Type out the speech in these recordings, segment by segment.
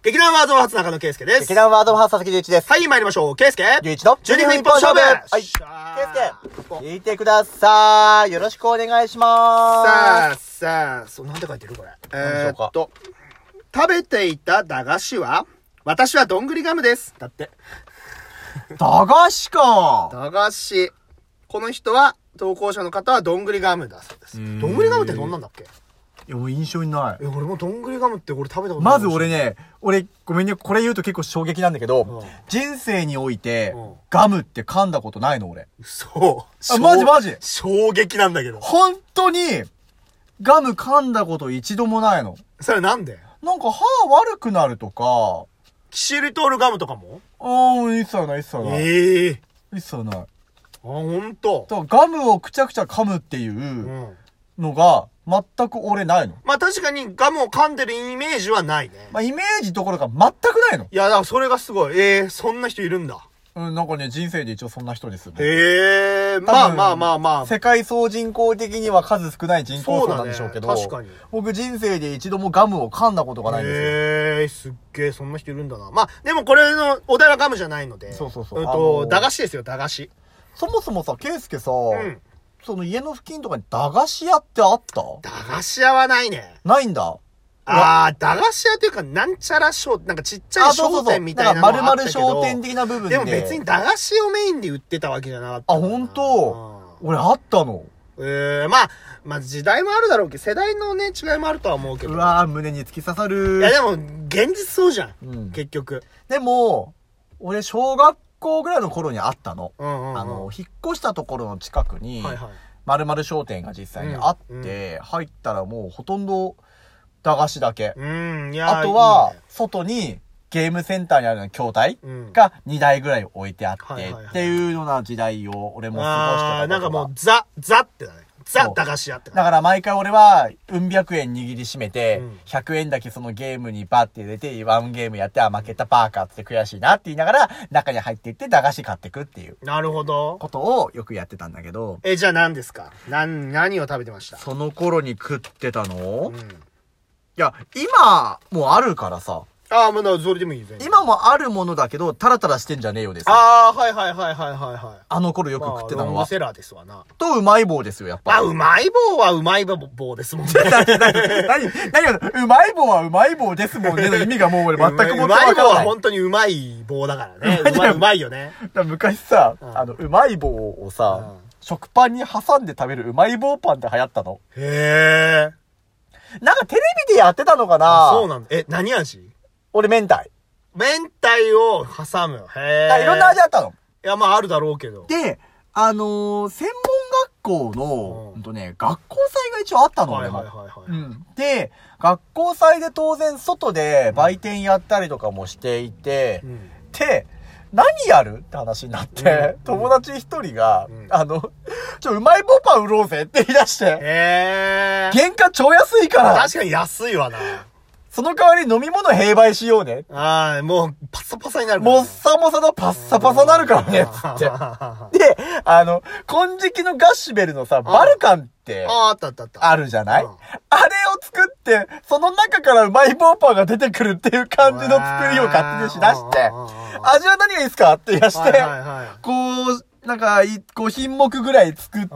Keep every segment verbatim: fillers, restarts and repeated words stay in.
劇団ワード初中野圭介です。 劇団ワード初佐々木隆一です。 はい、参りましょう。圭介。 隆一のじゅうにふん一本勝負。 はい。圭介、聞いてください。よろしくお願いしまーす。さあ、さあ、そう、なんて書いてるこれ。 えーっと、 食べていた駄菓子は、私はどんぐりガムです。だって。 駄菓子か。 駄菓子。この人は、投稿者の方はどんぐりガムだそうです。どんぐりガムってどんなんだっけ？ いや、もう印象にない。 え、俺もどんぐりガムって俺食べたことない。 まず俺ね、俺、ごめんね、これ言うと結構衝撃なんだけど、うん、人生において、うん、ガムって噛んだことないの俺。 そう。 あ、マジマジ衝撃なんだけど。 本当に、ガム噛んだこと一度もないの。 それなんで？ なんか歯悪くなるとか、 キシリトールガムとかも？ あー、一切ない、一切ない。 ええー。 一切ない。あ、 ほんと？ だからガムをくちゃくちゃ噛むっていうのが、全く俺ないの。 まあ確かにガムを噛んでるイメージはないね。 まあイメージどころか全くないの。 いや、だからそれがすごい。ええー、そんな人いるんだ。 うん、なんかね、人生で一応そんな人です。 へえー、まあまあまあまあ。 世界総人口的には数少ない人口層なんでしょうけど。 そうだね、確かに。 僕人生で一度もガムを噛んだことがないんですよ。 へえー、すっげえ、そんな人いるんだな。まあ、でもこれのお題はガムじゃないので。 そうそうそう。 えっと、駄菓子ですよ、駄菓子。そもそもさ、ケイスケさ、 うん。 その家の付近とかに駄菓子屋ってあった？ 駄菓子屋はないね。 ないんだ。 ああ、駄菓子屋っていうか、なんちゃら商、なんかちっちゃい商店みたいなのがあったけど。 丸々商店的な部分で。 でも別に駄菓子をメインで売ってたわけじゃなかった。 あ、ほんと？俺あったの。 ええー、まあ、まあ時代もあるだろうけど、世代のね、違いもあるとは思うけど。 うわー、胸に突き刺さる。 いやでも、現実そうじゃん。うん、結局。 でも、俺小学校ぐらいの頃にあったの。 うんうんうん、 あの、引っ越したところの近くに、はいはい、丸々商店が実際にあって、うんうん、入ったらもうほとんど駄菓子だけ。 うん、いやあとは、いいね、外にゲームセンターにある筐体がにだいぐらい置いてあって、うん、っていうような時代を俺も過ごしてた。 あー、なんかもうザ、ザってだね。ザ駄菓子屋って。 だから毎回俺は、うん百円握りしめて、うん、ひゃくえんだけそのゲームにバッて入れて、ワンゲームやって、あ、負けたパーカーって悔しいなって言いながら、中に入っていって駄菓子買ってくっていう。 なるほど。 ことをよくやってたんだけど。 え、じゃあ何ですか？何、何を食べてました？ その頃に食ってたの？うん、いや、今、もうあるからさ。 ああ、もうそれでもいいぜ。 今もあるものだけど、タラタラしてんじゃねえよです。 ああ、はいはいはいはいはいはい。 あの頃よく食ってたのは。まあ、 ロングセラーですわな。 と、うまい棒ですよ、やっぱ。 あ、うまい棒はうまい棒ですもんね。 何、何、何、うまい棒はうまい棒ですもんねの意味がもう俺全くもってわからない。 うまい棒は本当にうまい棒だからね。うまい、うまいよね。 昔さ、うん、あの、うまい棒をさ、うん、食パンに挟んで食べるうまい棒パンって流行ったの。 へー。なんかテレビでやってたのかな？ そうなんだ。え、何味？ 俺明太。 明太を挟む。へー。いろんな味あったの。 いや、まああるだろうけど。 で、あのー、専門学校の、うん、とね、学校祭が一応あったの、俺も。はいはいはいはい。うん。で、学校祭で当然外で売店やったりとかもしていて、うん、で、何やるって話になって、うん、友達一人が、うん、あの、ちょ、うまい棒パン売ろうぜって言い出して。 へー。 原価超安いから。 確かに安いわな。 その代わり飲み物併売しようね。 ああ、もう、パサパサになるから、 ね。もっさもさのパッサパサになるからね、つって。で、あの、金色のガッシュベルのさ、バルカンって、 ああ、あったあったあった。 あるじゃない？あれを作って、その中からうまい棒パンが出てくるっていう感じの作りを勝手にしだして、味は何がいいですかって言い出して、はいはいはい、こう、なんか、ご品目ぐらい作って、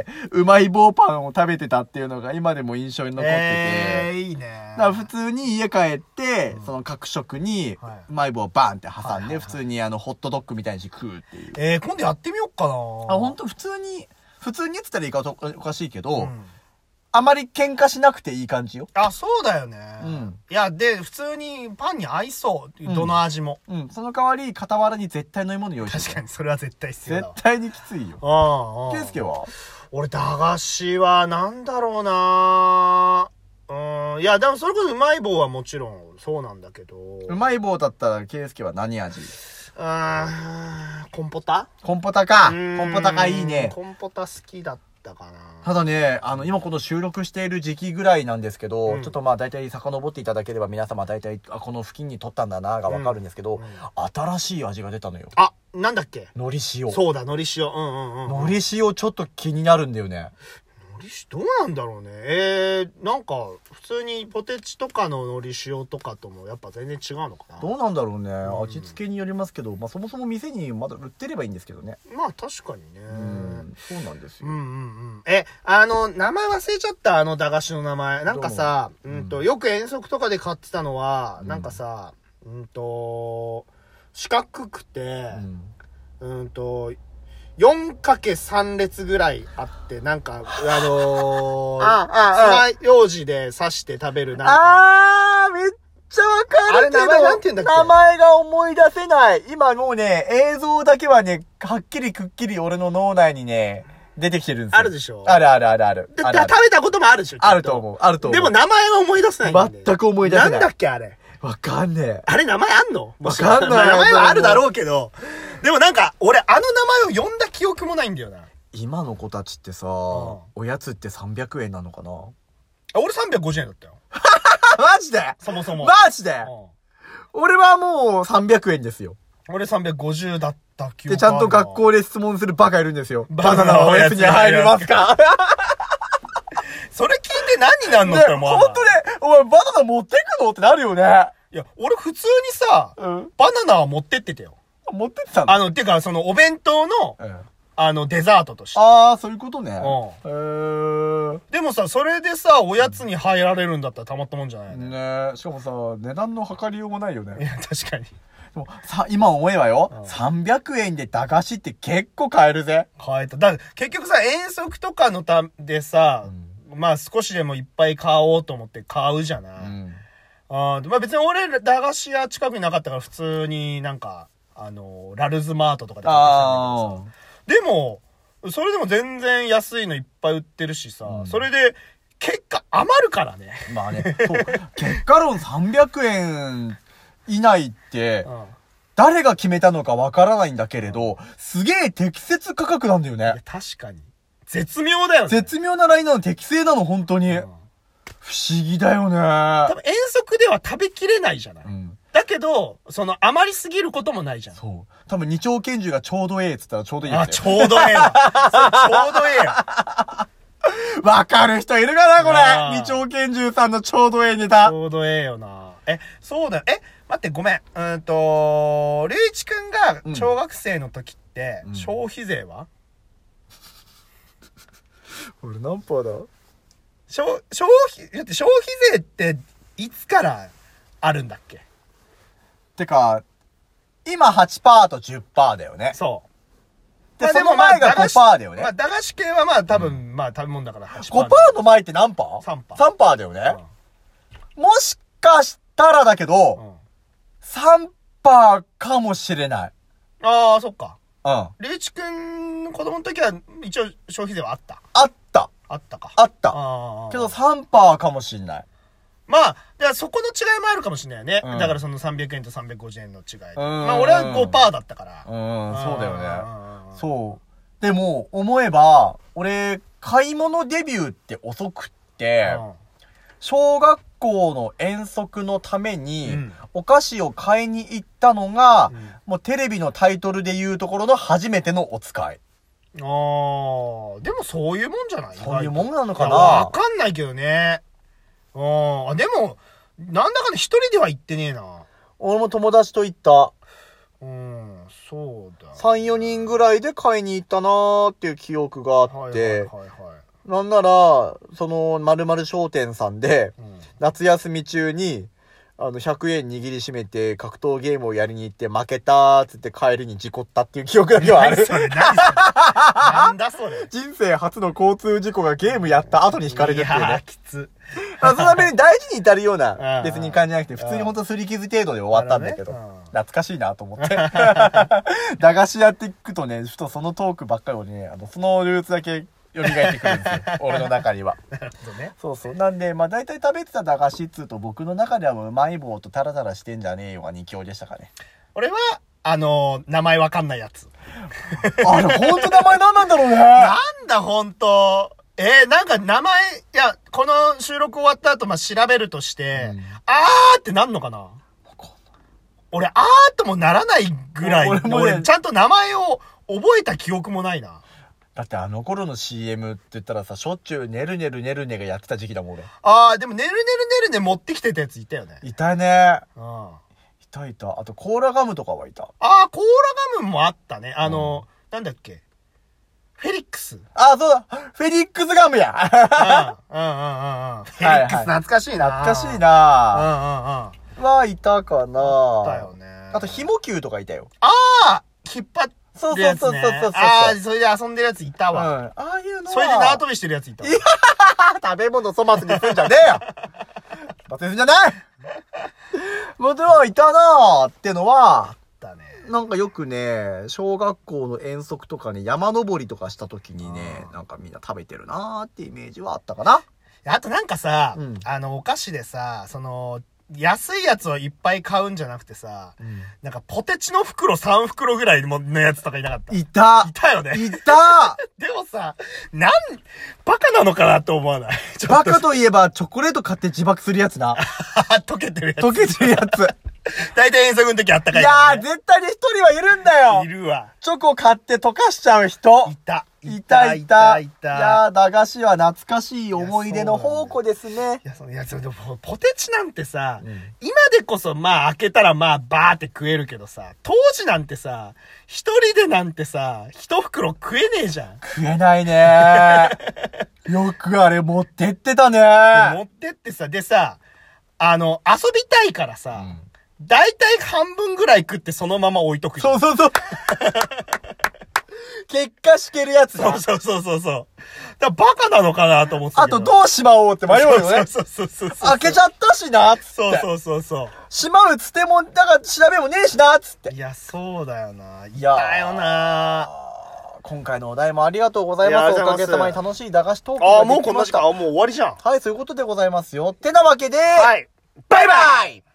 うまい棒パンを食べてたっていうのが今でも印象に残ってて。 えー、いいね。 だから普通に家帰って、うん、その各食に、うまい棒をバーンって挟んで、普通にあの、ホットドッグみたいにして食うっていう。 えー、今度やってみよっかな。 あ、ほんと普通に、普通に言ってたらいいかおかしいけど、うん、あまり喧嘩しなくていい感じよ。 あ、そうだよね。うん。いや、で、普通にパンに合いそう。どの味も。 うん。うん、その代わり、傍らに絶対飲み物用意して。 確かに、それは絶対必要だ。 絶対にきついよ。 ああ。 ケイスケは？ 俺、駄菓子は、なんだろうなうん。いや、でもそれこそうまい棒はもちろん、そうなんだけど。 うまい棒だったら、ケイスケは何味？ あー、コンポタ？ コンポタか。コンポタがいいね。 コンポタ好きだった。だかな。 ただね、あの、今この収録している時期ぐらいなんですけど、うん、ちょっとまあ大体遡っていただければ皆様大体、あ、この付近に撮ったんだながわかるんですけど、うんうん、新しい味が出たのよ。 あ、なんだっけ？ 海苔塩。 そうだ、海苔塩。うんうんうん。 海苔塩ちょっと気になるんだよね。 海り塩、どうなんだろうね。えー、なんか、普通にポテチとかの海苔塩とかともやっぱ全然違うのかな。 どうなんだろうね。 うん、 味付けによりますけど、まあそもそも店にまだ売ってればいいんですけどね。 まあ確かにね。 うん、そうなんですよ。 うんうんうん。え、あの、名前忘れちゃった、あの駄菓子の名前。なんかさ、うんと、よく遠足とかで買ってたのは、うん、なんかさ、うんと、四角くて、うん、うんと、よんかけさん 列ぐらいあって、なんか、あのー、ああ、爪楊枝で刺して食べるなんか。 あー、めっちゃわかるけど、 あれ名前なんて言うんだっけ？ 名前が思い出せない。今もうね、映像だけはね、はっきりくっきり俺の脳内にね、出てきてるんですよ。 あるでしょ？ あるあるあるある。 あるある食べたこともあるでしょ？ あると思う。あると思う。 でも名前は思い出せないんだよね。 全く思い出せない。 なんだっけあれ。 わかんねえ。 あれ名前あんの？ わかんない。 名前はあるだろうけど。でもなんか、俺あの名前を呼んだ記憶もないんだよな。 今の子たちってさ、うん、おやつってさんびゃくえんなのかな？ あ、俺さんびゃくごじゅうえんだったよ。 マジで？ そもそも。 マジで？うん、俺はもうさんびゃくえんですよ。 俺さんびゃくごじゅうだった記憶。 で、ちゃんと学校で質問するバカいるんですよ。バナナはおやつに入りますか？ それ聞いて何になんのって思う。 ほんとね、お前バナナ持ってくのってなるよね。 いや、俺普通にさ、うん、バナナは持ってっててよ。 持ってってたの？ あの、てか、そのお弁当の、うん、あの、デザートとして。 ああ、そういうことね。うん。へー。でもさ、それでさ、おやつに入られるんだったらたまったもんじゃないの？ ねえ。しかもさ、値段の測りようもないよね。 いや、確かに。でもさ、今思えばよ、うん、さんびゃくえんで駄菓子って結構買えるぜ。 買えた。だ結局さ、遠足とかのたでさ、うん、まあ少しでもいっぱい買おうと思って買うじゃない。うん、あまあ別に俺、駄菓子屋近くになかったから普通になんか、あの、ラルズマートとかで買ってきたんだけどさ。でも、それでも全然安いのいっぱい売ってるしさ、うん、それで、結果余るからね。 まあね、そう。結果論さんびゃくえん以内って、うん、誰が決めたのかわからないんだけれど、すげえ適切価格なんだよね。いや確かに。絶妙だよね。 絶妙なラインなの、適正なの、本当に。うん、不思議だよね。 多分遠足では食べきれないじゃない。うん、だけど、その余りすぎることもないじゃん。 そう。多分二丁拳銃がちょうどええっつったらちょうどいいやつ。 あ、ちょうどええわ。それちょうどええよ。 わかる人いるかなこれ。二丁拳銃さんのちょうどええネタ。 ちょうどええよな。え、そうだよ。え、待って、ごめん。うんと、りゅういちくんが小学生の時って、うん、消費税は、 うん、俺何パーだ消、消費、だって消費税っていつからあるんだっけ？ てか、今 はちパーセント と じゅっパーセント だよね。 そう。 で、まあ、その前が ごパーセント だよね。 まあ、駄菓子系はまあ多分、うん、まあ食べ物だから はちパーセント。 ごパーセント の前って何パー ?さん パー。さんパーだよね。うん、もしかしたらだけど、うん、さんパーかもしれない。 ああ、そっか。 うん。 りゅういちくんの子供の時は一応消費税はあった。 あった。 あったか。 あった。けどさんパーかもしんない。 まあ、じゃあそこの違いもあるかもしれないよね。うん、だからそのさんびゃくえんとさんびゃくごじゅうえんの違い。まあ俺は ごパーセント だったから。 うん、そうだよね。そう。でも、思えば、俺、買い物デビューって遅くって、うん、小学校の遠足のために、お菓子を買いに行ったのが、うん、もうテレビのタイトルで言うところの初めてのお使い。 あー、でもそういうもんじゃない？ そういうもんなのかな？ わかんないけどね。ああ、でも、なんだかんだ一人では行ってねえな。 俺も友達と行った。 うん、そうだ。 さん、よにんぐらいで買いに行ったなーっていう記憶があって、はいはいはいはい、なんなら、その、〇〇商店さんで、うん、夏休み中に、あの、ひゃくえん握りしめて格闘ゲームをやりに行って負けたーつって帰りに事故ったっていう記憶だけはある。 何それ何それなんだそれ。 人生初の交通事故がゲームやった後に惹かれるっていうね。いやー、 きつ。 まあ、そのために大事に至るような、別に感じなくて、普通にほんと擦り傷程度で終わったんだけど、懐かしいなと思って。駄菓子やっていくとね、ふとそのトークばっかりをね、あの、そのルーツだけ、蘇ってくるんですよ。俺の中には。 なるほどね。 そうそう。なんで、まあ大体食べてた駄菓子っつうと、僕の中ではもううまい棒とタラタラしてんじゃねえよがに強でしたかね。 俺は、あのー、名前わかんないやつ。 あれ、ほんと名前何なんだろうね。 なんだほんと。えー、なんか名前、いや、この収録終わった後、まあ、調べるとして、うん、あーってなんのかな？俺、あーともならないぐらい、俺もね、俺ちゃんと名前を覚えた記憶もないな。 だってあの頃の シーエムって言ったらさ、しょっちゅうねるねるねるねがやってた時期だもん俺。 あー、でもねるねるねるね持ってきてたやついたよね。 いたね。 うん。 いたいた。あとコーラガムとかはいた。 あー、コーラガムもあったね。あの、うん、なんだっけ。フェリックス。 あー、そうだ。フェリックスガムや。 うん、うん、うん、うんうん。フェリックス懐かしいな。 懐かしいな。うんうんうん。は、いたかな。 あったよね。 あと、ひもきゅうとかいたよ。 ああ引っ張って、 そうそうそうそうそうそう。 ああ、それで遊んでるやついたわ。うん。ああいうのは。 それで縄跳びしてるやついたわ。 食べ物粗末にするんじゃねえよ粗末にするんじゃないもとはいたなーってのは、あったね。なんかよくね、小学校の遠足とかね、山登りとかした時にね、なんかみんな食べてるなーってイメージはあったかな。 あとなんかさ、 うん、 あの、お菓子でさ、その、安いやつをいっぱい買うんじゃなくてさ、うん、なんかポテチの袋さん袋ぐらいのやつとかいなかった？ いたいたよね。 いたでもさ、なん、バカなのかなと思わない？ バカといえばチョコレート買って自爆するやつな。 溶けてるやつ。 溶けてるやつ。 大体遠足の時あったかい、 ね。いやー、絶対に一人はいるんだよ。 いるわ。 チョコ買って溶かしちゃう人。 いた。 いたいた。いた。いやー、駄菓子は懐かしい思い出の宝庫ですね。 いや、その、いや、それでも、ポテチなんてさ、うん、今でこそ、まあ、開けたら、まあ、バーって食えるけどさ、当時なんてさ、一人でなんてさ、一袋食えねえじゃん。 食えないねー。よくあれ持ってってたねー。 持ってってさ、でさ、あの、遊びたいからさ、うんだいたい半分ぐらい食ってそのまま置いとくそうそうそう。結果しけるやつだ。そうそうそうそう。だからバカなのかなと思ってたあとどうしまおうって迷うよね。 そうそうそうそう。 開けちゃったしなっつって。 そうそうそうそう。 しまうつても、だから調べもねえしなっつって。 いや、そうだよな。いたよな。 今回のお題もありがとうございます。おかげさまに楽しい駄菓子トークができました。ああ、もうこんな時間。あ、もう終わりじゃん。 はい、そういうことでございますよ。てなわけで、 はい。バイバイ